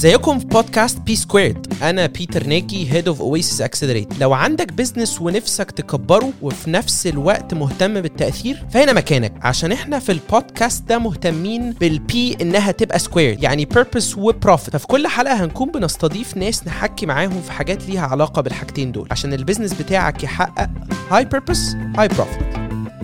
ازيكم في بودكاست بي سكويرد. انا بيتر ناجي هيد اوف اويسيس اكسلريت. لو عندك بزنس ونفسك تكبره وفي نفس الوقت مهتم بالتأثير فهنا مكانك، عشان احنا في البودكاست ده مهتمين بالبي انها تبقى سكويرد، يعني purpose وبروفيت. ففي كل حلقة هنكون بنستضيف ناس نحكي معاهم في حاجات ليها علاقة بالحاجتين دول عشان البزنس بتاعك يحقق هاي purpose هاي بروفيت.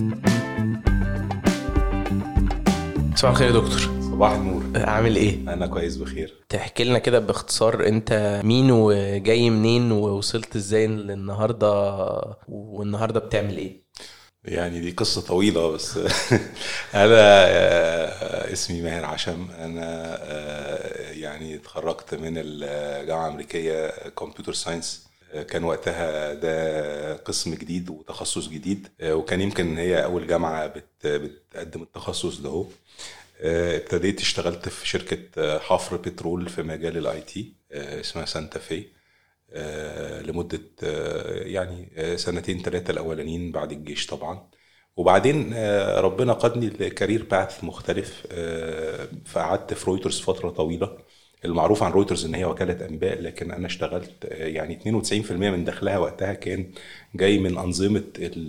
صباح الخير يا دكتور. صباح النور. عامل ايه؟ انا كويس بخير. تحكي لنا كده باختصار انت مين وجاي منين ووصلت ازاي للنهارده والنهارده بتعمل ايه؟ يعني دي قصة طويلة بس انا اسمي ماهر عشم. انا يعني اتخرجت من الجامعة الامريكية كمبيوتر ساينس. كان وقتها ده قسم جديد وتخصص جديد، وكان يمكن هي اول جامعة بتقدم التخصص ده. ابتديت اشتغلت في شركة حفر بترول في مجال الاي تي اسمها سانتا في لمدة يعني 2-3 الأولانيين بعد الجيش طبعا. وبعدين ربنا قادني لكارير باث مختلف، فقعدت في رويترز فترة طويلة. المعروف عن رويترز ان هي وكالة انباء، لكن انا اشتغلت يعني 92% من دخلها وقتها كان جاي من أنظمة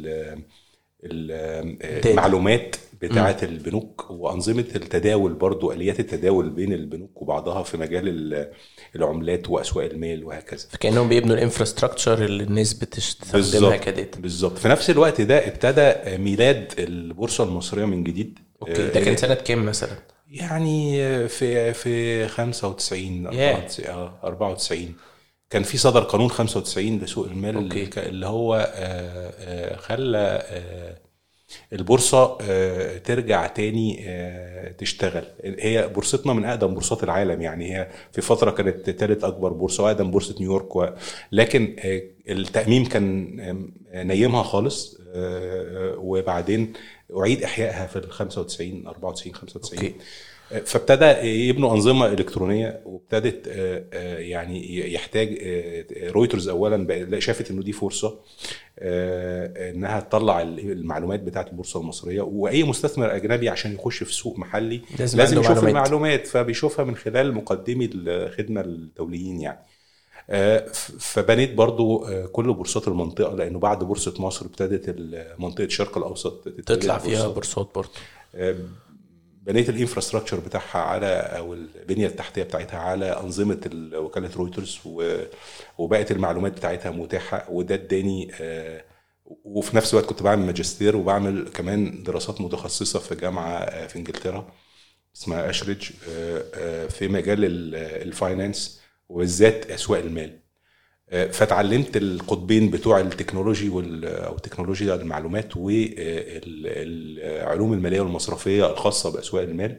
المعلومات بتاعة البنوك وأنظمة التداول، برضو آليات التداول بين البنوك وبعضها في مجال العملات وأسواق المال وهكذا. فكأنهم بيبنوا الانفراستراكشر اللي الناس بتستخدمها كداتا. بالظبط. في نفس الوقت ده ابتدى ميلاد البورصة المصرية من جديد. اوكي، ده كان سنة كام مثلا؟ يعني في 95 94 كان في صدر قانون 95 لسوق المال. أوكي. اللي هو خلى البورصة ترجع تاني تشتغل. هي بورصتنا من أقدم بورصات العالم، يعني هي في فترة كانت ثالث أكبر بورصة وأقدم بورصة نيويورك، لكن التأميم كان نيمها خالص، وبعدين أعيد إحيائها في 95 94 95. أوكي. فابتدى يبنوا أنظمة إلكترونية، وابتدت يعني يحتاج رويترز أولا شافت إنه دي فرصة إنها تطلع المعلومات بتاعت البورصة المصرية، وأي مستثمر أجنبي عشان يخش في سوق محلي لازم يشوف المعلومات، فبيشوفها من خلال مقدمي الخدمة الدوليين يعني. فبنيت برضو كل بورصات المنطقة، لأنه بعد بورصة مصر ابتدت منطقة الشرق الأوسط تطلع فيها بورصات برضو. بنيت الانفراستراكشر بتاعها على او البنيه التحتيه بتاعتها على انظمه وكاله رويترز، وبقت المعلومات بتاعتها متاحه، وده اداني. وفي نفس الوقت كنت بعمل ماجستير وبعمل كمان دراسات متخصصه في جامعه في انجلترا اسمها اشريدج في مجال الفاينانس وبالذات اسواق المال. فتعلمت القطبين بتوع التكنولوجي او تكنولوجيا المعلومات والعلوم الماليه والمصرفيه الخاصه باسواق المال.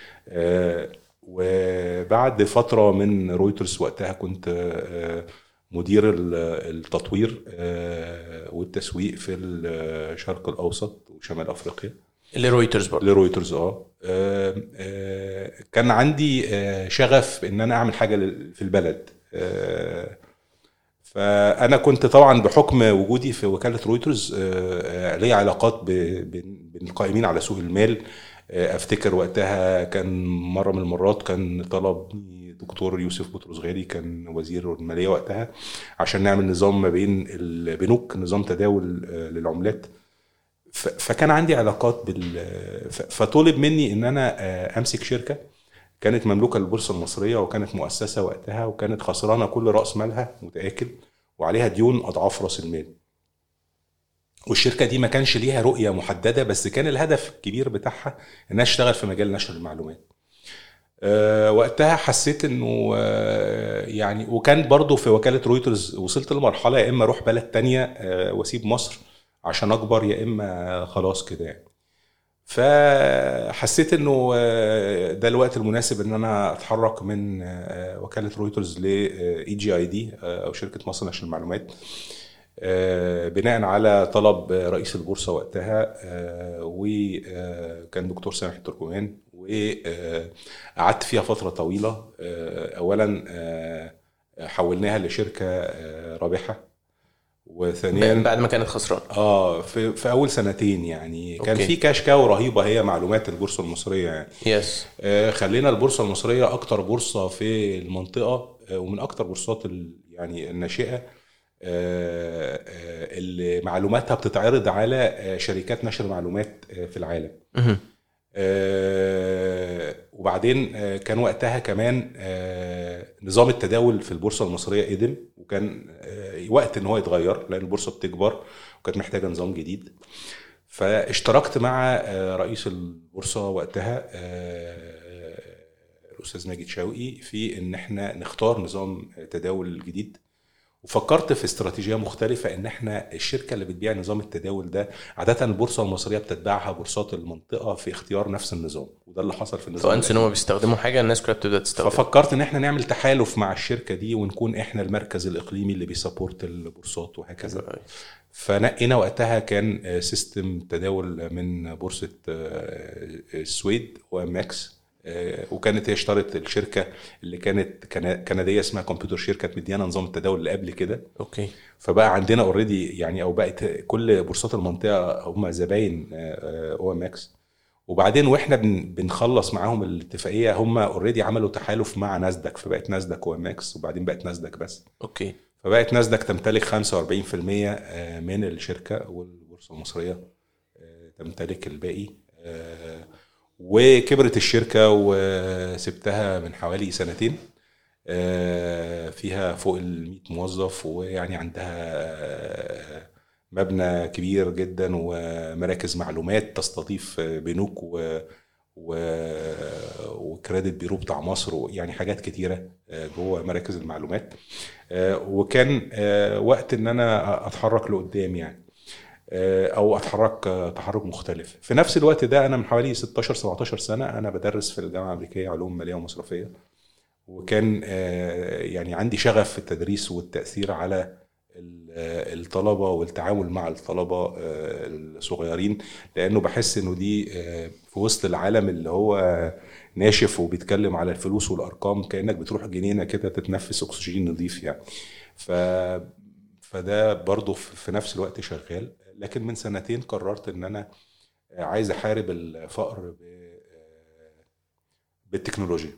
وبعد فتره من رويترز وقتها كنت مدير التطوير والتسويق في الشرق الاوسط وشمال افريقيا لرويترز برضه. لرويترز كان عندي شغف ان انا اعمل حاجه في البلد. فأنا كنت طبعا بحكم وجودي في وكالة رويترز لي علاقات بالقائمين على سوق المال. أفتكر وقتها كان مرة من المرات كان طلبني دكتور يوسف بطرس غالي، كان وزير المالية وقتها، عشان نعمل نظام ما بين البنوك، نظام تداول للعملات. فكان عندي علاقات فطلب مني ان انا امسك شركة كانت مملوكة للبورصة المصرية، وكانت مؤسسة وقتها، وكانت خسرانة كل رأس مالها متآكل، وعليها ديون أضعاف رأس المال. والشركة دي ما كانش ليها رؤية محددة، بس كان الهدف الكبير بتاعها إنها تشتغل في مجال نشر المعلومات. وقتها حسيت إنه يعني، وكان برضو في وكالة رويترز وصلت لمرحلة يا إما أروح بلد تانية واسيب مصر عشان أكبر، يا إما خلاص كده يعني. فحسيت انه ده الوقت المناسب ان انا اتحرك من وكالة رويترز ل EGID او شركة مصر نشر المعلومات، بناء على طلب رئيس البورصة وقتها، وكان دكتور سامح التركمان. وقعدت فيها فترة طويلة. اولا حولناها لشركة رابحة، وثانيا بعد ما كانت خسران في اول سنتين يعني كان أوكي. في كاش كاو رهيبه هي معلومات البورصه المصريه يعني. يس. خلينا البورصه المصريه اكتر بورصه في المنطقه ومن اكتر بورصات يعني الناشئه اللي معلوماتها بتتعرض على شركات نشر معلومات في العالم. وبعدين كان وقتها كمان نظام التداول في البورصة المصرية قدم، وكان وقت ان هو يتغير لان البورصة بتكبر وكانت محتاجة نظام جديد. فاشتركت مع رئيس البورصة وقتها الأستاذ ماجد شوقي في ان احنا نختار نظام تداول جديد، وفكرت في استراتيجيه مختلفه ان احنا الشركه اللي بتبيع نظام التداول ده عاده البورصه المصريه بتتبعها بورصات المنطقه في اختيار نفس النظام، وده اللي حصل في النظام. فانس ان هم بيستخدموا حاجه الناس كلها بتبدا تستخدمها، ففكرت ان احنا نعمل تحالف مع الشركه دي ونكون احنا المركز الاقليمي اللي بيسابورت البورصات وهكذا. فنقينا وقتها كان سيستم تداول من بورصه السويد وماكس، وكانت هي اشترت الشركه اللي كانت كنديه اسمها كمبيوتر شير، كانت مديانا نظام التداول اللي قبل كده. اوكي. فبقى عندنا اوريدي يعني او بقت كل بورصات المنطقه هم زباين او ام اكس. وبعدين واحنا بنخلص معاهم الاتفاقيه هم اوريدي عملوا تحالف مع ناسداك، فبقت ناسداك او ام اكس، وبعدين بقت ناسداك بس. اوكي. فبقت ناسداك تمتلك 45% من الشركه، والبورصه المصريه تمتلك الباقي. وكبرت الشركة وسبتها من حوالي سنتين، فيها فوق 100 موظف، ويعني عندها مبنى كبير جدا ومراكز معلومات تستضيف بنوك وكريدت بيرو بتاع مصر، يعني حاجات كتيرة جوه مراكز المعلومات. وكان وقت ان انا اتحرك لقدام يعني، او اتحرك تحرك مختلف. في نفس الوقت ده انا من حوالي 16-17 سنة انا بدرس في الجامعة الامريكية علوم مالية ومصرفية، وكان يعني عندي شغف في التدريس والتأثير على الطلبة والتعامل مع الطلبة الصغيرين، لانه بحس انه دي في وسط العالم اللي هو ناشف وبيتكلم على الفلوس والارقام كأنك بتروح جنينة كده تتنفس اكسجين نظيف يعني. فده برضو في نفس الوقت شغال. لكن من سنتين قررت ان انا عايز احارب الفقر بالتكنولوجيا.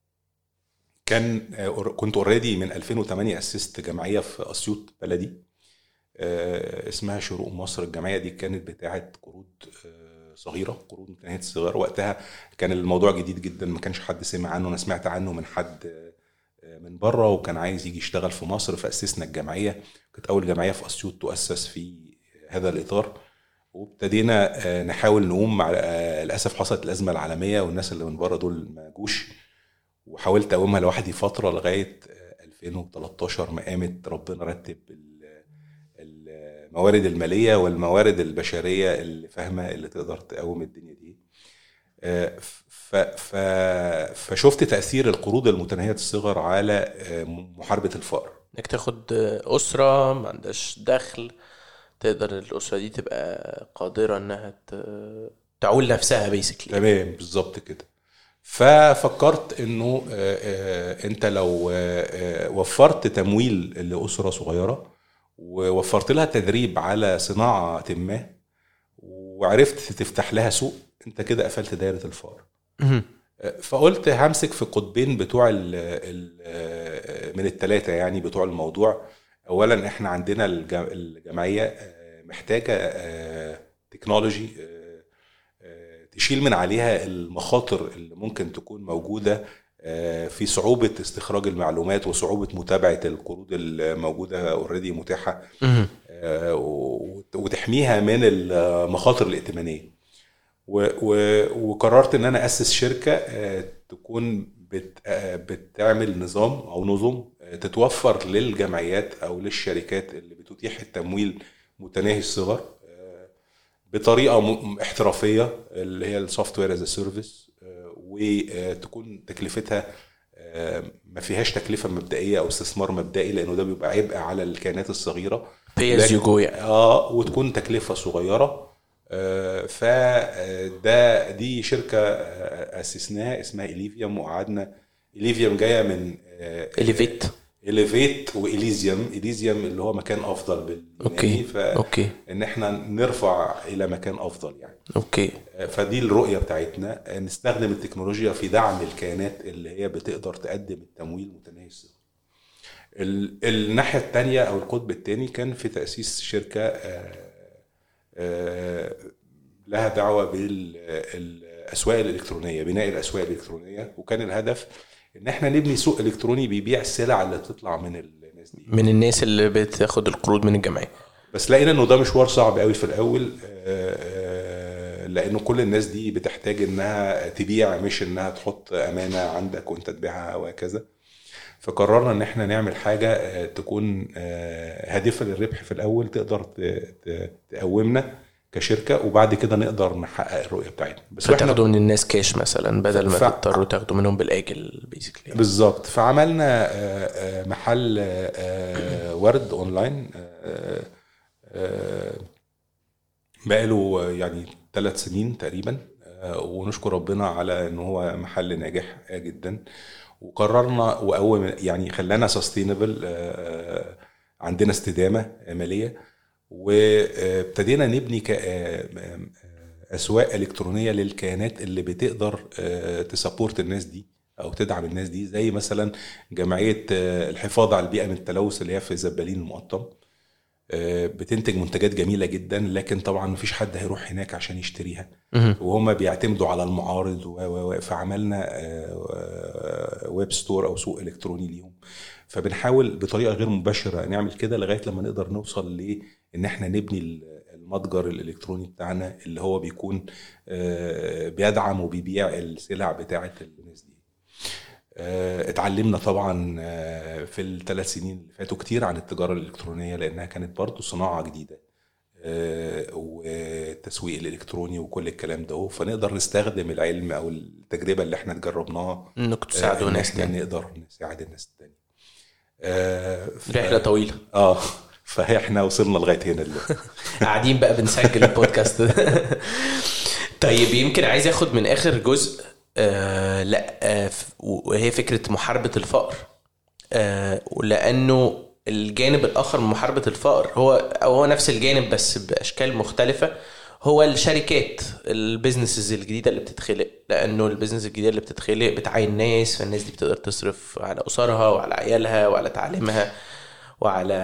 كنت اوريدي من 2008 اسست جمعيه في اسيوط بلدي اسمها شروق مصر. الجمعيه دي كانت بتاعه قروض صغيره، قروض متناهيه الصغر. وقتها كان الموضوع جديد جدا، ما كانش حد سمع عنه. انا سمعت عنه من حد من بره وكان عايز يجي يشتغل في مصر، فاسسنا الجمعيه. كانت اول جمعيه في اسيوط تؤسس في هذا الاطار، وابتدينا نحاول نقوم. مع الاسف حصلت الازمه العالميه والناس اللي من بره دول ما جوش، وحاولت اقومها لوحدي فتره لغايه 2013 ما قامت. ربنا رتب الموارد الماليه والموارد البشريه اللي فاهمه اللي تقدر تقوم الدنيا دي. فشفت تاثير القروض المتناهيه الصغر على محاربه الفقر. انك تاخد اسره ما عندهاش دخل، تقدر الاسره دي تبقى قادره انها تعول نفسها بيسكلي. تمام، بالظبط كده. ففكرت انه انت لو وفرت تمويل لأسرة صغيرة ووفرت لها تدريب على صناعة ما وعرفت تفتح لها سوق، انت كده قفلت دائرة الفقر. فقلت همسك في قطبين بتوع من الثلاثة يعني بتوع الموضوع. اولا احنا عندنا الجمعية محتاجة تكنولوجي تشيل من عليها المخاطر اللي ممكن تكون موجودة في صعوبة استخراج المعلومات وصعوبة متابعة القروض الموجودة اوريدي متاحة، وتحميها من المخاطر الائتمانية. وقررت ان انا اسس شركة تكون بتعمل نظام او نظم تتوفر للجمعيات او للشركات اللي بتتيح التمويل متناهي الصغر بطريقه احترافيه اللي هي السوفت وير از سيرفيس، وتكون تكلفتها ما فيهاش تكلفه مبدئيه او استثمار مبدئي، لانه ده بيبقى عبء على الكيانات الصغيره وتكون تكلفه صغيره. دي شركه اسسناها اسمها إليفيوم، وقعدنا. إليفيوم جايه من إليفيت وإليزيوم اللي هو مكان أفضل أوكي. أوكي. إن إحنا نرفع إلى مكان أفضل يعني. أوكي. فدي الرؤية بتاعتنا، نستخدم التكنولوجيا في دعم الكيانات اللي هي بتقدر تقدم التمويل متناهي الصغر. الناحية التانية أو القطب التاني كان في تأسيس شركة لها دعوة بالأسواق الإلكترونية، بناء الأسواق الإلكترونية، وكان الهدف إن إحنا نبني سوق إلكتروني بيبيع السلع اللي تطلع من الناس دي، من الناس اللي بتاخد القروض من الجمعية. بس لقينا إنه ده مشوار صعب قوي في الأول، لأنه كل الناس دي بتحتاج إنها تبيع، مش إنها تحط أمانة عندك وإنت تبيعها وهكذا. فقررنا ان احنا نعمل حاجة تكون هادفة للربح في الاول، تقدر تقومنا كشركة، وبعد كده نقدر نحقق الرؤية بتاعتنا. بس تاخدوا من الناس كاش مثلا بدل ما تضطروا تاخدوا منهم بالاجل بيزيكلي. بالظبط. فعملنا محل ورد اونلاين بقاله يعني 3 سنين تقريبا، ونشكر ربنا على ان هو محل ناجح جدا. وقررنا وقوم يعني خلانا سستينبل، عندنا استدامة مالية، وابتدينا نبني أسواق إلكترونية للكيانات اللي بتقدر تسابورت الناس دي أو تدعم الناس دي، زي مثلا جمعية الحفاظ على البيئة من التلوث اللي هي في زبالين المقطم، بتنتج منتجات جميلة جدا، لكن طبعا مفيش حد هيروح هناك عشان يشتريها، وهم بيعتمدوا على المعارض. فعملنا ويب ستور أو سوق إلكتروني ليهم. فبنحاول بطريقة غير مباشرة نعمل كده لغاية لما نقدر نوصل لإن احنا نبني المتجر الإلكتروني بتاعنا اللي هو بيكون بيدعم وبيبيع السلع بتاعة الناس دي. اتعلمنا طبعا في ال3 سنين اللي فاتوا كتير عن التجارة الإلكترونية، لأنها كانت برضو صناعة جديدة، والتسويق الإلكتروني وكل الكلام ده. فنقدر نستخدم العلم أو التجربة اللي احنا جربناها انك تساعدوا ناس تاني، نقدر نساعد الناس التانية. رحلة طويلة. فاحنا وصلنا لغاية هنا قاعدين بقى بنسجل البودكاست. طيب يمكن عايز اخد من آخر جزء وهي فكرة محاربة الفقر، ولأنه الجانب الآخر من محاربة الفقر هو نفس الجانب بس بأشكال مختلفة، هو الشركات، البيزنسز الجديدة اللي بتتخلق. لأنه البيزنس الجديدة اللي بتتخلق بتعين ناس، فالناس دي بتقدر تصرف على أسرها وعلى عيالها وعلى تعليمها وعلى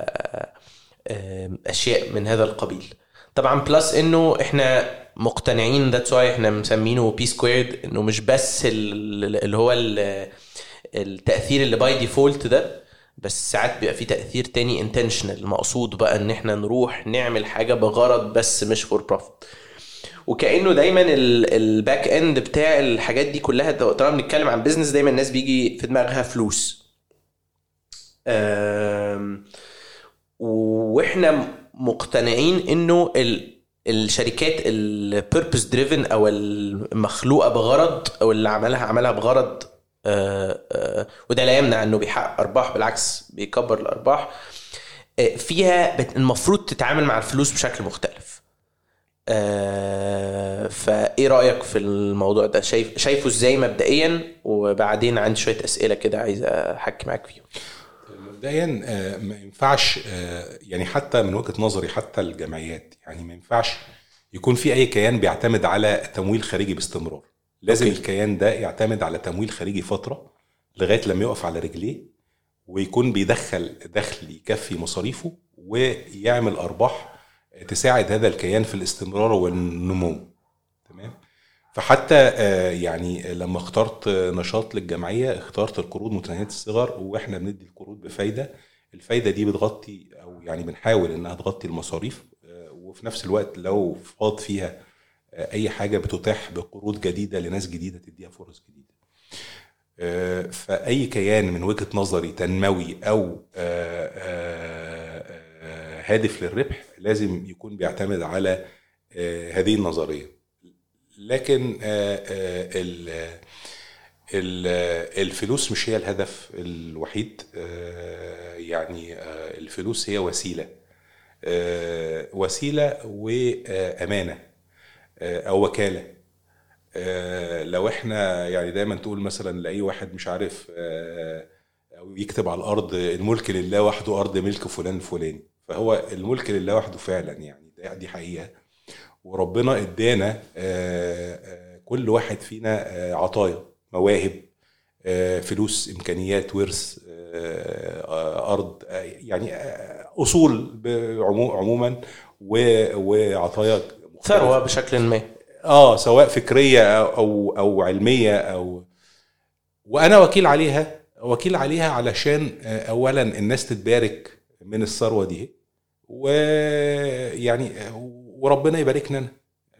أشياء من هذا القبيل. طبعا بلس إنه إحنا مقتنعين that's why إحنا مسمينه P squared، إنه مش بس اللي هو التأثير اللي باي ديفولت ده، بس ساعات بيبقى فيه تأثير تاني intentional، مقصود بقى إن إحنا نروح نعمل حاجة بغرض بس مش for profit. وكأنه دايما الباك اند بتاع الحاجات دي كلها، طالما بنتكلم عن بيزنس دايما الناس بيجي في دماغها فلوس، واحنا مقتنعين انه الشركات البيربس دريفن او المخلوقه بغرض او اللي عملها بغرض، وده لا يمنع انه بيحقق ارباح، بالعكس بيكبر الارباح فيها، المفروض تتعامل مع الفلوس بشكل مختلف. فايه رايك في الموضوع ده؟ شايفه ازاي مبدئيا؟ وبعدين عندي شويه اسئله كده عايز احكي معاك فيهم. مبدئيا ما ينفعش يعني حتى من وجهة نظري حتى الجمعيات يعني ما ينفعش يكون في اي كيان بيعتمد على تمويل خارجي باستمرار. لازم الكيان ده يعتمد على تمويل خارجي فترة لغاية لما يقف على رجليه ويكون بيدخل دخل يكفي مصاريفه ويعمل أرباح تساعد هذا الكيان في الاستمرار والنمو. تمام. فحتى يعني لما اخترت نشاط للجمعية اخترت القروض متناهية الصغر، واحنا بندي القروض بفايدة. الفايدة دي بتغطي او يعني بنحاول انها تغطي المصاريف، وفي نفس الوقت لو فاض فيها اي حاجة بتتاح بقروض جديدة لناس جديدة تديها فرص جديدة. فأي كيان من وجهة نظري تنموي أو هادف للربح لازم يكون بيعتمد على هذه النظرية. لكن الفلوس مش هي الهدف الوحيد، يعني الفلوس هي وسيلة وأمانة أو وكالة. لو احنا يعني دايما تقول مثلا لأي واحد مش عارف او يكتب على الارض الملك لله وحده، ارض ملك فلان الفلاني. فهو الملك لله وحده فعلا، يعني دي حقيقه. وربنا ادانا كل واحد فينا عطايا، مواهب، فلوس، امكانيات، ورث، ارض، يعني اصول عموما، وعطايا ثروه بشكل ما، سواء فكريه او علميه وانا وكيل عليها علشان اولا الناس تتبارك من الثروه دي، ويعني وربنا يباركنا أنا.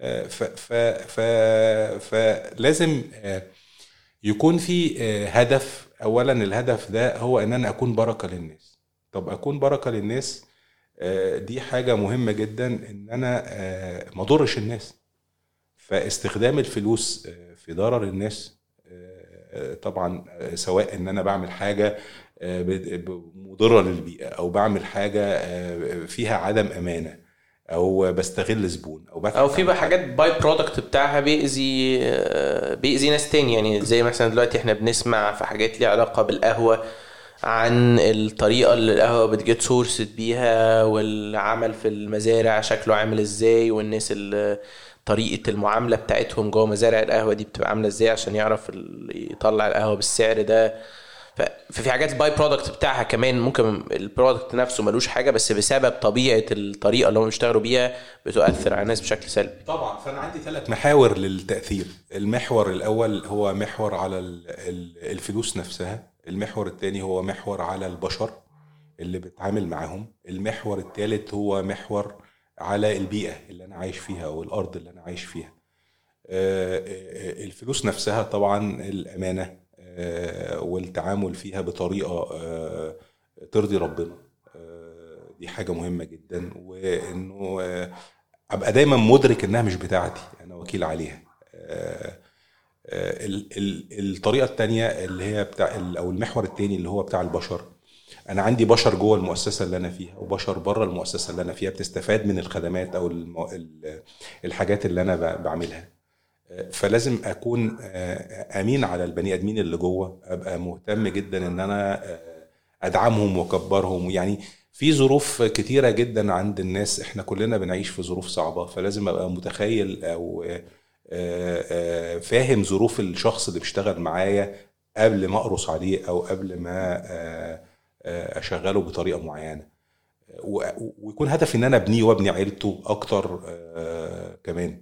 فلازم يكون في هدف. اولا الهدف ده هو ان انا اكون بركه للناس. طب اكون بركه للناس دي حاجه مهمه جدا، ان انا ما اضرش الناس. فاستخدام الفلوس في ضرر الناس طبعا، سواء ان انا بعمل حاجه مضره للبيئه، او بعمل حاجه فيها عدم امانه، او بستغل زبون، او في بقى حاجات باي برودكت بتاعها بيأذي ناس تاني. يعني زي مثلا دلوقتي احنا بنسمع في حاجات ليها علاقه بالقهوه، عن الطريقه اللي القهوه بتجيت سورسد بيها، والعمل في المزارع شكله عامل ازاي، والناس طريقه المعامله بتاعتهم جوه مزارع القهوه دي بتبقى عامله ازاي عشان يعرف يطلع القهوه بالسعر ده. ففي حاجات الباي برودكت بتاعها كمان ممكن البرودكت نفسه ملوش حاجه، بس بسبب طبيعه الطريقه اللي هم بيشتغلوا بيها بتؤثر على الناس بشكل سلبي. طبعا. فانا عندي 3 محاور للتاثير. المحور الاول هو محور على الفلوس نفسها. المحور الثاني هو محور على البشر اللي بتعامل معاهم. المحور الثالث هو محور على البيئه اللي انا عايش فيها والارض اللي انا عايش فيها. الفلوس نفسها طبعا الامانه والتعامل فيها بطريقة ترضي ربنا، دي حاجة مهمة جدا. وانه ابقى دايما مدرك انها مش بتاعتي، انا وكيل عليها. الطريقة التانية اللي هي او المحور التاني اللي هو بتاع البشر. انا عندي بشر جوه المؤسسة اللي انا فيها، وبشر بره المؤسسة اللي انا فيها بتستفاد من الخدمات او الحاجات اللي انا بعملها. فلازم اكون امين على البني ادمين اللي جوه، ابقى مهتم جدا ان انا ادعمهم واكبرهم. يعني في ظروف كتيره جدا عند الناس، احنا كلنا بنعيش في ظروف صعبه، فلازم ابقى متخيل او فاهم ظروف الشخص اللي بيشتغل معايا قبل ما اقرص عليه، او قبل ما اشغله بطريقه معينه. ويكون هدفي ان انا ابنيه وابني عيلته اكتر كمان.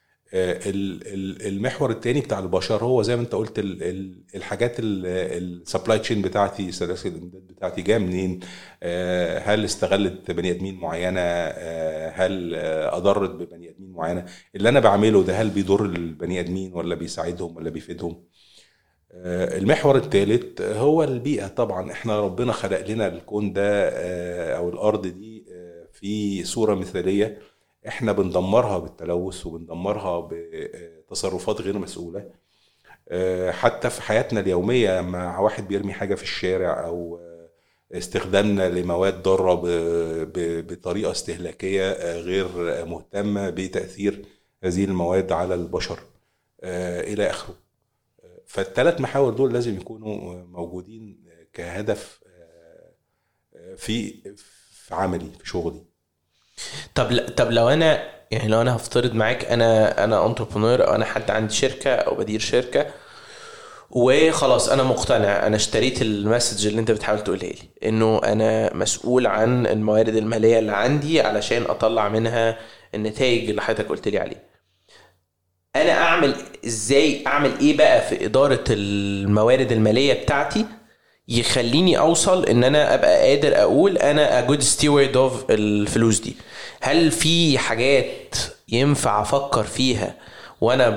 المحور التاني بتاع البشر هو زي ما انت قلت، الحاجات السبلاي تشين بتاعتي، سلاسل الامداد بتاعتي جايه منين، هل استغلت بني ادمين معينه، هل اضرت ببني ادمين معينه، اللي انا بعمله ده هل بيضر البني ادمين ولا بيساعدهم ولا بيفيدهم. المحور الثالث هو البيئه. طبعا احنا ربنا خلق لنا الكون ده او الارض دي في صوره مثاليه، احنا بندمرها بالتلوث وبندمرها بتصرفات غير مسؤولة. حتى في حياتنا اليومية مع واحد بيرمي حاجة في الشارع، او استخدامنا لمواد ضارة بطريقة استهلاكية غير مهتمة بتأثير هذه المواد على البشر الى اخره. فالثلاث محاور دول لازم يكونوا موجودين كهدف في عملي، في شغلي. طب لو انا يعني لو انا هفترض معاك انا انتربرنور، او انا حد عندي شركه او بدير شركه، وخلاص انا مقتنع، انا اشتريت المسج اللي انت بتحاول تقولها لي، انه انا مسؤول عن الموارد الماليه اللي عندي علشان اطلع منها النتائج اللي حضرتك قلت لي عليه. انا اعمل ايه بقى في اداره الموارد الماليه بتاعتي يخليني اوصل ان انا ابقى قادر اقول انا a good steward of الفلوس دي؟ هل في حاجات ينفع افكر فيها وانا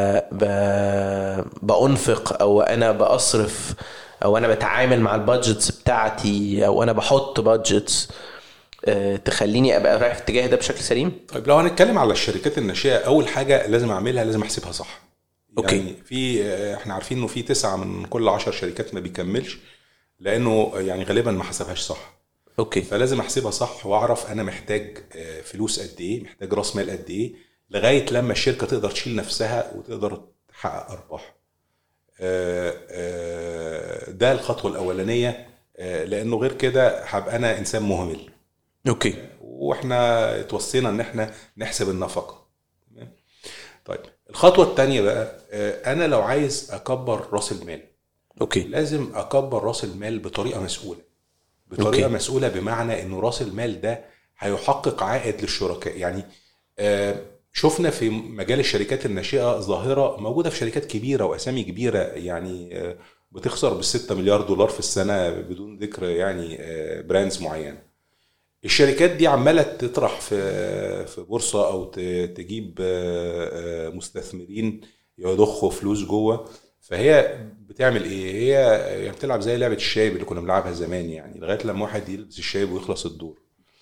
بأنفق، او انا بأصرف، او انا بتعامل مع البادجتس بتاعتي، او انا بحط بادجتس تخليني ابقى رايح في الاتجاه ده بشكل سليم؟ طيب لو هنتكلم على الشركات الناشئه، اول حاجه لازم اعملها لازم احسبها صح. يعني احنا عارفين انه في 9 من كل 10 شركات ما بيكملش، لانه يعني غالبا ما حسبهاش صح. فلازم احسبها صح، واعرف انا محتاج فلوس قد ايه، محتاج راس مال قد ايه، لغايه لما الشركه تقدر تشيل نفسها وتقدر تحقق ارباح. ده الخطوه الاولانيه لانه غير كده هبقى انا انسان مهمل. اوكي. واحنا اتوصينا ان احنا نحسب النفقه. طيب الخطوه الثانيه بقى، انا لو عايز اكبر راس المال، اوكي، لازم اكبر راس المال بطريقه مسؤوله. بطريقه مسؤوله بمعنى انه راس المال ده هيحقق عائد للشركاء. يعني شفنا في مجال الشركات الناشئه ظاهره موجوده في شركات كبيره واسامي كبيره، يعني بتخسر بال6 مليار دولار في السنه بدون ذكر يعني براندز معينه. الشركات دي عماله تطرح في بورصه او تجيب مستثمرين يضخوا فلوس جوه. فهي بتعمل ايه؟ هي بتلعب زي لعبه الشايب اللي كنا بنلعبها زمان، يعني لغايه لما واحد يلبس الشايب ويخلص الدور.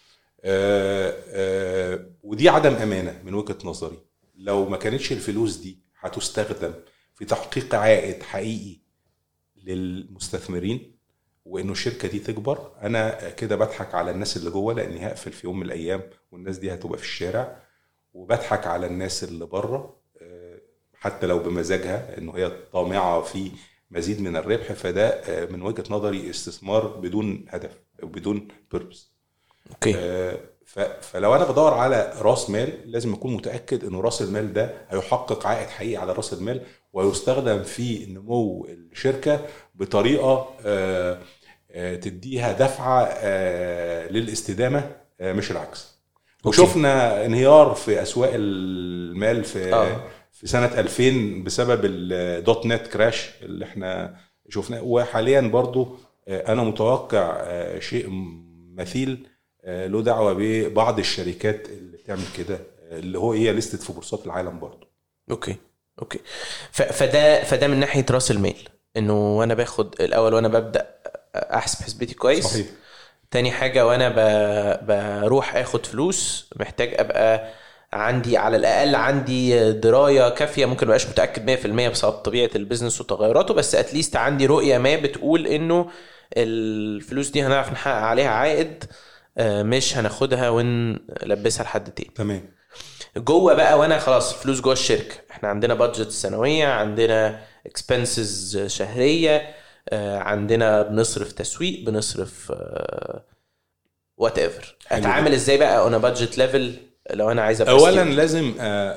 ودي عدم امانه من وجهه نظري. لو ما كانتش الفلوس دي هتستخدم في تحقيق عائد حقيقي للمستثمرين وانه الشركه دي تكبر، انا كده بضحك على الناس اللي جوه، لاني هقفل في يوم من الايام والناس دي هتبقى في الشارع. وبضحك على الناس اللي بره حتى لو بمزاجها انه هي طامعه في مزيد من الربح. فده من وجهه نظري استثمار بدون هدف وبدون بيربس. اوكي. فلو انا بدور على راس مال، لازم اكون متاكد انه راس المال ده هيحقق عائد حقيقي على راس المال ويستخدم في نمو الشركه بطريقه تديها دفعه للاستدامه، مش العكس. وشفنا انهيار في اسواق المال في سنه 2000 بسبب الدوت نت كراش اللي احنا شفناه. وحاليا برضو انا متوقع شيء مثيل له دعوه ببعض الشركات اللي بتعمل كده، اللي هي ليستد في بورصات العالم برضو. اوكي. فده من ناحيه راس المال، انه وانا باخد الاول وانا ببدا احسب حسبتي كويس. صحيح. تاني حاجه وانا بروح اخد فلوس، محتاج ابقى عندي على الاقل عندي درايه كافيه. ممكن مبقاش متاكد 100% بسبب طبيعه البيزنس وتغيراته، بس اتليست عندي رؤيه ما بتقول انه الفلوس دي هنعرف نحقق عليها عائد، مش هناخدها ونلبسها لحد تاني. تمام. جوه بقى وانا خلاص فلوس جوه الشركه، احنا عندنا بادجت سنويه، عندنا اكسبنسز شهريه، عندنا بنصرف تسويق، بنصرف وات ايفر. اتعامل ازاي بقى اون بادجت ليفل لو انا عايز ابقى اولا لازم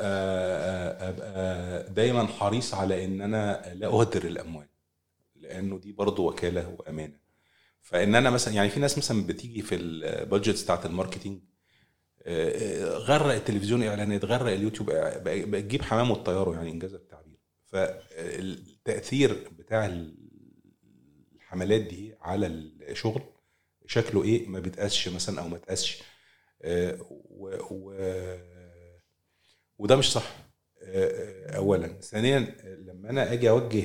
ابقى دايما حريص على ان انا لا اهدر الاموال، لانه دي برضو وكاله وامانه. فان انا مثلا يعني في ناس مثلا بتيجي في البادجت بتاعت الماركتينج غرق التلفزيون اعلانات، غرق اليوتيوب، بتجيب حمام والطياره، يعني انجاز التعبير. فالتاثير بتاع الحملات دي على الشغل شكله ايه ما بيتقاسش مثلا او ما تقاسش، وده مش صح. اولا. ثانيا، لما انا اجي اوجه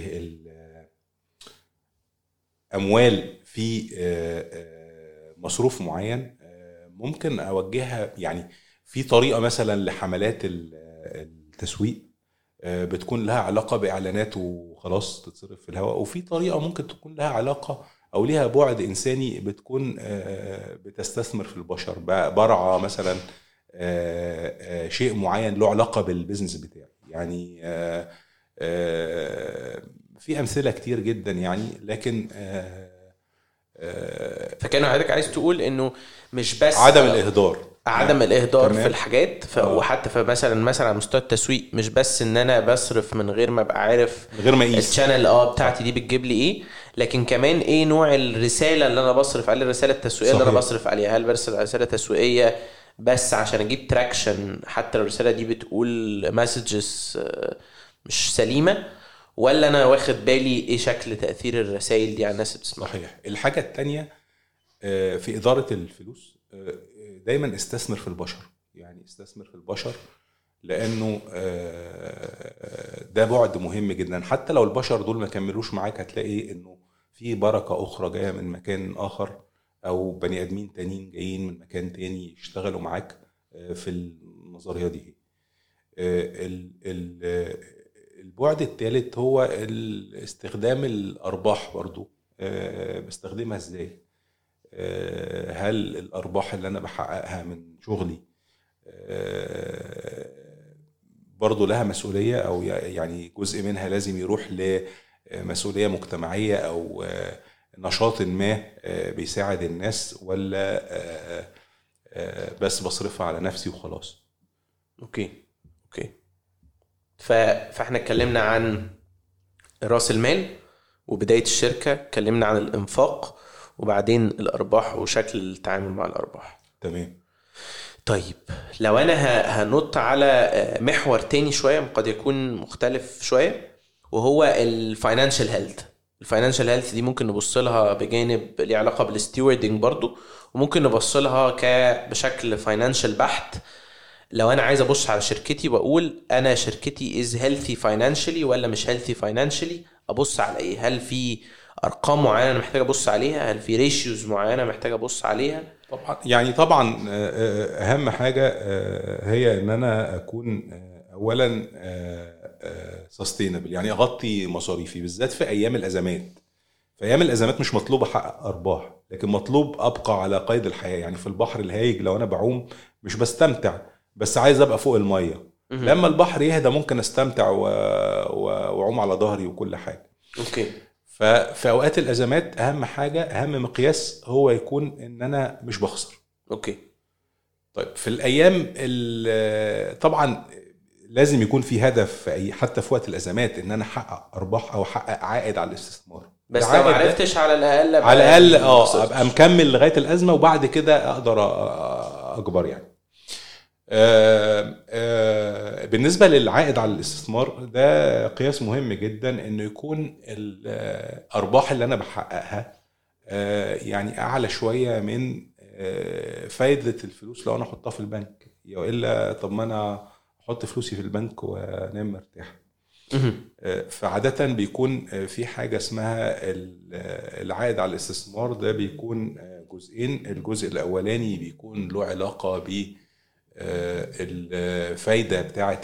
الاموال في مصروف معين، ممكن اوجهها يعني في طريقه مثلا لحملات التسويق بتكون لها علاقه باعلانات وخلاص تتصرف في الهواء، وفي طريقه ممكن تكون لها علاقه او ليها بعد انساني بتكون بتستثمر في البشر، برعى مثلا شيء معين له علاقه بالبيزنس بتاعي. يعني في امثله كتير جدا يعني، لكن فكانوا حضرتك عايز تقول انه مش بس عدم الاهدار في الحاجات وحتى فمثلا على مستوى التسويق، مش بس ان انا بصرف من غير ما ابقى عارف من غير ما اقيس الشانل بتاعتي دي بتجيب لي ايه، لكن كمان ايه نوع الرساله اللي انا بصرف عليها، الرساله التسويقيه اللي انا بصرف عليها. هل برسل رساله تسويقيه بس عشان اجيب تراكشن حتى لو الرساله دي بتقول مسجز مش سليمه، ولا انا واخد بالي ايه شكل تاثير الرسائل دي على الناس اللي بتسمعها؟ صحيح. الحاجه الثانيه في اداره الفلوس، دايما استثمر في البشر. يعني استثمر في البشر لانه ده بعد مهم جدا. حتى لو البشر دول ما كملوش معاك، هتلاقي انه في بركه اخرى جايه من مكان اخر، او بني ادمين تانيين جايين من مكان تاني يشتغلوا معاك في النظريه دي. البعد الثالث هو استخدام الارباح برضو. بستخدمها ازاي؟ هل الارباح اللي انا بحققها من شغلي برضو لها مسؤولية، او يعني جزء منها لازم يروح لمسؤولية مجتمعية او نشاط ما بيساعد الناس، ولا بس بصرفها على نفسي وخلاص. اوكي. فاحنا اتكلمنا عن راس المال وبداية الشركة، اتكلمنا عن الانفاق، وبعدين الارباح وشكل التعامل مع الارباح. تمام. طيب لو انا هنط على محور تاني شوية قد يكون مختلف شوية، وهو الفاينانشال هيلث. الفاينانشال هيلث دي ممكن نبص لها بجانب ليه علاقة بالستيوردنج برضو، وممكن نبص لها بشكل فاينانشال بحت. لو انا عايز ابص على شركتي واقول انا شركتي is healthy financially ولا مش healthy financially، ابص على ايه؟ هل في ارقام معينه انا محتاج ابص عليها؟ هل في ريشيوز معينه محتاج ابص عليها؟ طبعا اهم حاجه هي ان انا اكون اولا سستينبل، يعني اغطي مصاريفي بالذات في ايام الازمات. في ايام الازمات مش مطلوب احقق ارباح، لكن مطلوب ابقى على قيد الحياه. يعني في البحر الهايج لو انا بعوم مش بستمتع، بس عايز ابقى فوق الميه. لما البحر يهدى ممكن استمتع واعوم على ظهري وكل حاجه. اوكي. ففي اوقات الازمات اهم حاجه، اهم مقياس هو يكون ان انا مش بخسر. اوكي. طيب في الايام طبعا لازم يكون في هدف حتى في وقت الازمات ان انا احقق ارباح او احقق عائد على الاستثمار. بس لو ما عرفتش على الاقل ابقى مكمل لغايه الازمه، وبعد كده اقدر اكبر يعني. بالنسبه للعائد على الاستثمار ده قياس مهم جدا، انه يكون الارباح اللي انا بحققها يعني اعلى شويه من فايده الفلوس لو انا احطها في البنك. والا طب ما انا احط فلوسي في البنك وانام مرتاح. فعاده بيكون في حاجه اسمها العائد على الاستثمار. ده بيكون جزئين. الجزء الاولاني بيكون له علاقه ب الفايدة بتاعة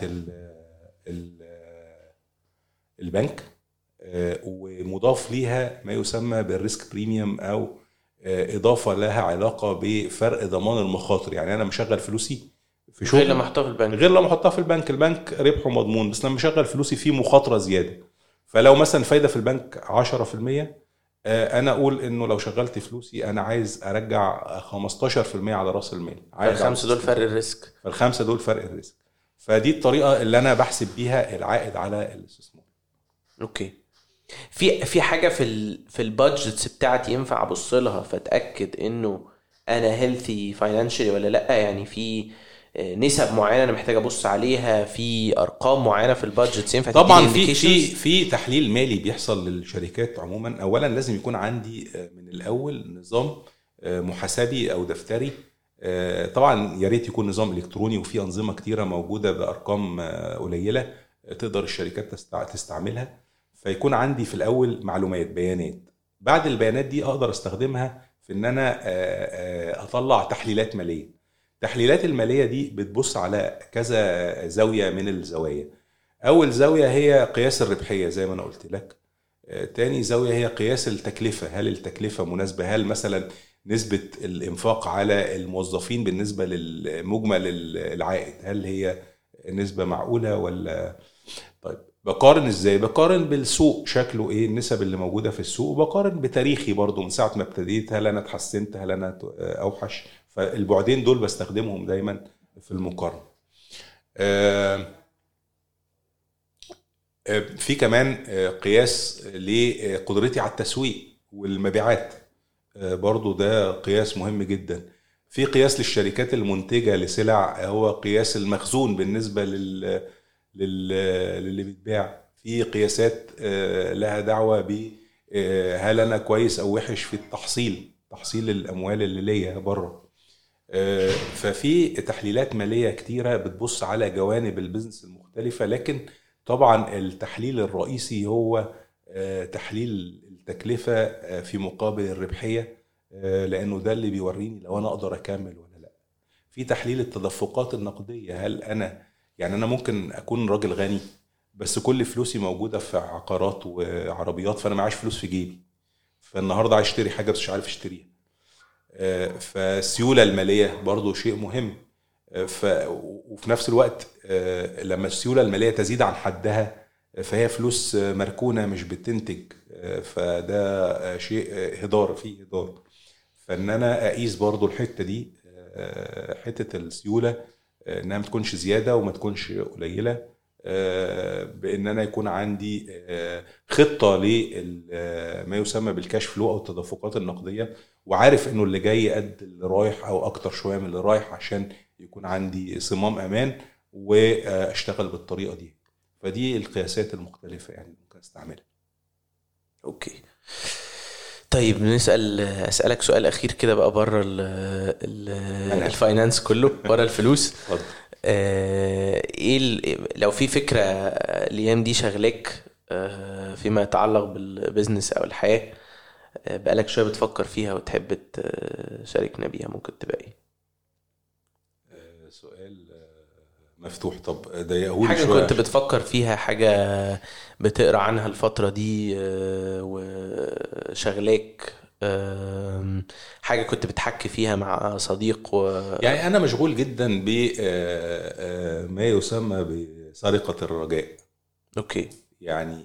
البنك، ومضاف ليها ما يسمى بالريسك بريميوم، أو إضافة لها علاقة بفرق ضمان المخاطر. يعني أنا مشغل فلوسي في شغل غير لما أحطها في البنك، غير لما أحطها في البنك. البنك ربحه مضمون، بس لما مشغل فلوسي فيه مخاطرة زيادة. فلو مثلا فايدة في البنك 10%، انا اقول انه لو شغلت فلوسي انا عايز ارجع 15% على راس المال. الخمسه دول فرق الريسك. فالخمسه دول فرق الريسك. فدي الطريقه اللي انا بحسب بيها العائد على الاستثمار. اوكي. في حاجه في البادجتس بتاعتي ينفع ابص لها فاتاكد انه انا هيلثي فاينانشالي ولا لا؟ يعني في نسب معينه انا محتاج ابص عليها، في ارقام معينه في البادجت ينفع طبعا في تحليل مالي بيحصل للشركات عموما. اولا لازم يكون عندي من الاول نظام محاسبي او دفتري. طبعا يا ريت يكون نظام الكتروني، وفي انظمه كتيره موجوده بارقام قليله تقدر الشركات تستعملها. فيكون عندي في الاول معلومات، بيانات. بعد البيانات دي اقدر استخدمها في ان انا اطلع تحليلات ماليه. التحليلات المالية دي بتبص على كذا زاوية من الزوايا. أول زاوية هي قياس الربحية زي ما أنا قلت لك. تاني زاوية هي قياس التكلفة. هل التكلفة مناسبة؟ هل مثلا نسبة الإنفاق على الموظفين بالنسبة للمجمل العائد هل هي نسبة معقولة ولا؟ طيب بقارن إزاي؟ بقارن بالسوق شكله إيه، النسب اللي موجودة في السوق، وبقارن بتاريخي برضو من ساعة ما ابتديت. هل أنا اتحسنت؟ هل أنا أوحش؟ فالبعدين دول بستخدمهم دايما في المقارنة. في كمان قياس لقدرتي على التسويق والمبيعات، برضو ده قياس مهم جدا. في قياس للشركات المنتجة لسلع، هو قياس المخزون بالنسبة للي بيتباع. في قياسات لها دعوة ب هل أنا كويس أو وحش في تحصيل الأموال اللي ليا بره. ففي تحليلات مالية كتيرة بتبص على جوانب البزنس المختلفة، لكن طبعا التحليل الرئيسي هو تحليل التكلفة في مقابل الربحية، لأنه ده اللي بيوريني لو أنا أقدر أكمل ولا لا. في تحليل التدفقات النقدية. هل أنا ممكن أكون راجل غني بس كل فلوسي موجودة في عقارات وعربيات، فأنا معاش فلوس في جيبي، فالنهاردة عايز اشتري حاجة بس مش عارف اشتريها. فالسيولة المالية برضو شيء مهم. وفي نفس الوقت لما السيولة المالية تزيد عن حدها فهي فلوس مركونة مش بتنتج فده شيء هدار فيه هدار. فان انا اقيس برضو الحته دي، حته السيوله انها ما تكونش زياده وما تكونش قليله، بان انا يكون عندي خطه لما يسمى بالكاش فلو او التدفقات النقديه، وعارف انه اللي جاي قد اللي رايح او اكتر شويه من اللي رايح، عشان يكون عندي صمام امان واشتغل بالطريقه دي. فدي القياسات المختلفه يعني ممكن استعملها. اوكي طيب اسالك سؤال اخير كده بقى بره الفاينانس كله، بره الفلوس. ايه لو في فكره الايام دي شغلك فيما يتعلق بالبزنس او الحياه، بقالك شويه بتفكر فيها وتحب تشاركنا بيها، ممكن تبقى ايه؟ سؤال مفتوح. طب ضيقهولي حاجه شويه. كنت بتفكر فيها، حاجه بتقرا عنها الفتره دي وشغلاك، حاجه كنت بتحكي فيها مع صديق يعني انا مشغول جدا بما يسمى بسرقه الرجاء. اوكي. يعني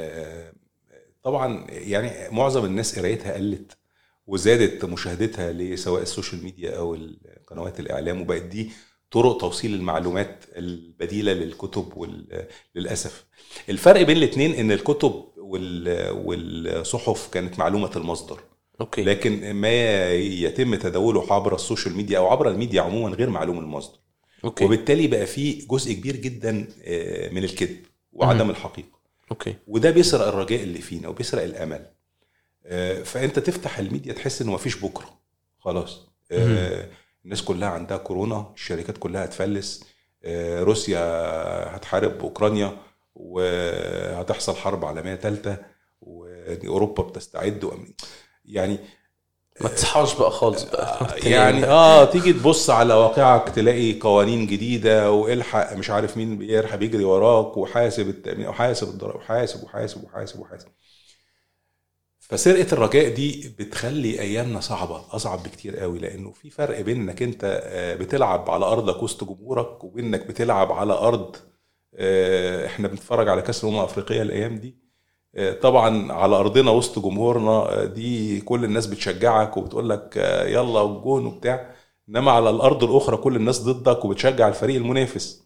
طبعا يعني معظم الناس قرايتها قلت وزادت مشاهدتها لسواء السوشيال ميديا او قنوات الاعلام، وبقت دي طرق توصيل المعلومات البديله للكتب. وللاسف الفرق بين الاثنين ان الكتب والصحف كانت معلومه المصدر. أوكي. لكن ما يتم تداوله عبر السوشيال ميديا او عبر الميديا عموما غير معلوم المصدر. أوكي. وبالتالي بقى فيه جزء كبير جدا من الكذب وعدم الحقيقه. أوكي. وده بيسرق الرجاء اللي فينا وبيسرق الامل. فانت تفتح الميديا تحس انه مفيش بكره خلاص. الناس كلها عندها كورونا، الشركات كلها هتفلس، روسيا هتحارب اوكرانيا وهتحصل حرب عالميه ثالثه، واوروبا بتستعد يعني ما تصحاش بقى خالص بقى. يعني تيجي تبص على واقعك تلاقي قوانين جديده، والحق مش عارف مين بيرحب يجري وراك، وحاسب التامين وحاسب الضرائب وحاسب وحاسب وحاسب وحاسب. فسرقه الرجاء دي بتخلي ايامنا صعبه، اصعب بكتير قوي، لانه في فرق بين انك انت بتلعب على ارضك وسط جمهورك وبينك بتلعب على ارض. احنا بنتفرج على كاس الامم الافريقيه الايام دي، طبعا على ارضنا وسط جمهورنا دي كل الناس بتشجعك وبتقول لك يلا والجون وبتاع، انما على الارض الاخرى كل الناس ضدك وبتشجع الفريق المنافس.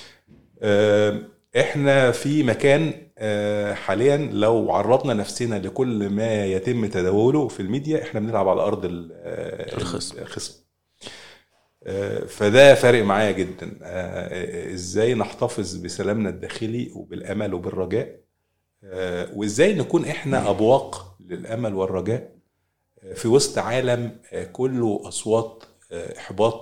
احنا في مكان حاليا لو عرضنا نفسنا لكل ما يتم تداوله في الميديا احنا بنلعب على ارض الخصم. فده فارق معايا جدا، ازاي نحتفظ بسلامنا الداخلي وبالامل وبالرجاء، وازاي نكون احنا ابواق للامل والرجاء في وسط عالم كله اصوات احباط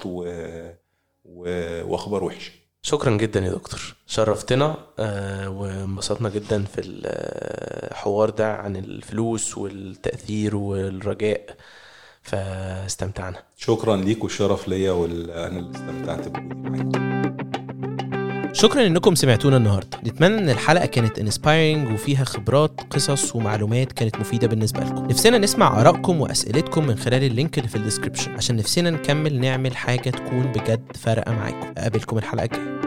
واخبار وحشه. شكرا جدا يا دكتور، شرفتنا وانبسطنا جدا في الحوار ده عن الفلوس والتأثير والرجاء، فاستمتعنا. شكرا ليك والشرف ليا، وانا اللي استمتعت بوجودي معاك. شكرا انكم سمعتونا النهارده. نتمنى ان الحلقه كانت انسبايرنج وفيها خبرات، قصص ومعلومات كانت مفيده بالنسبه لكم. نفسنا نسمع ارائكم واسئلتكم من خلال اللينك اللي في الديسكريبشن، عشان نفسنا نكمل نعمل حاجه تكون بجد فارقه معاكم. اقابلكم الحلقه الجايه.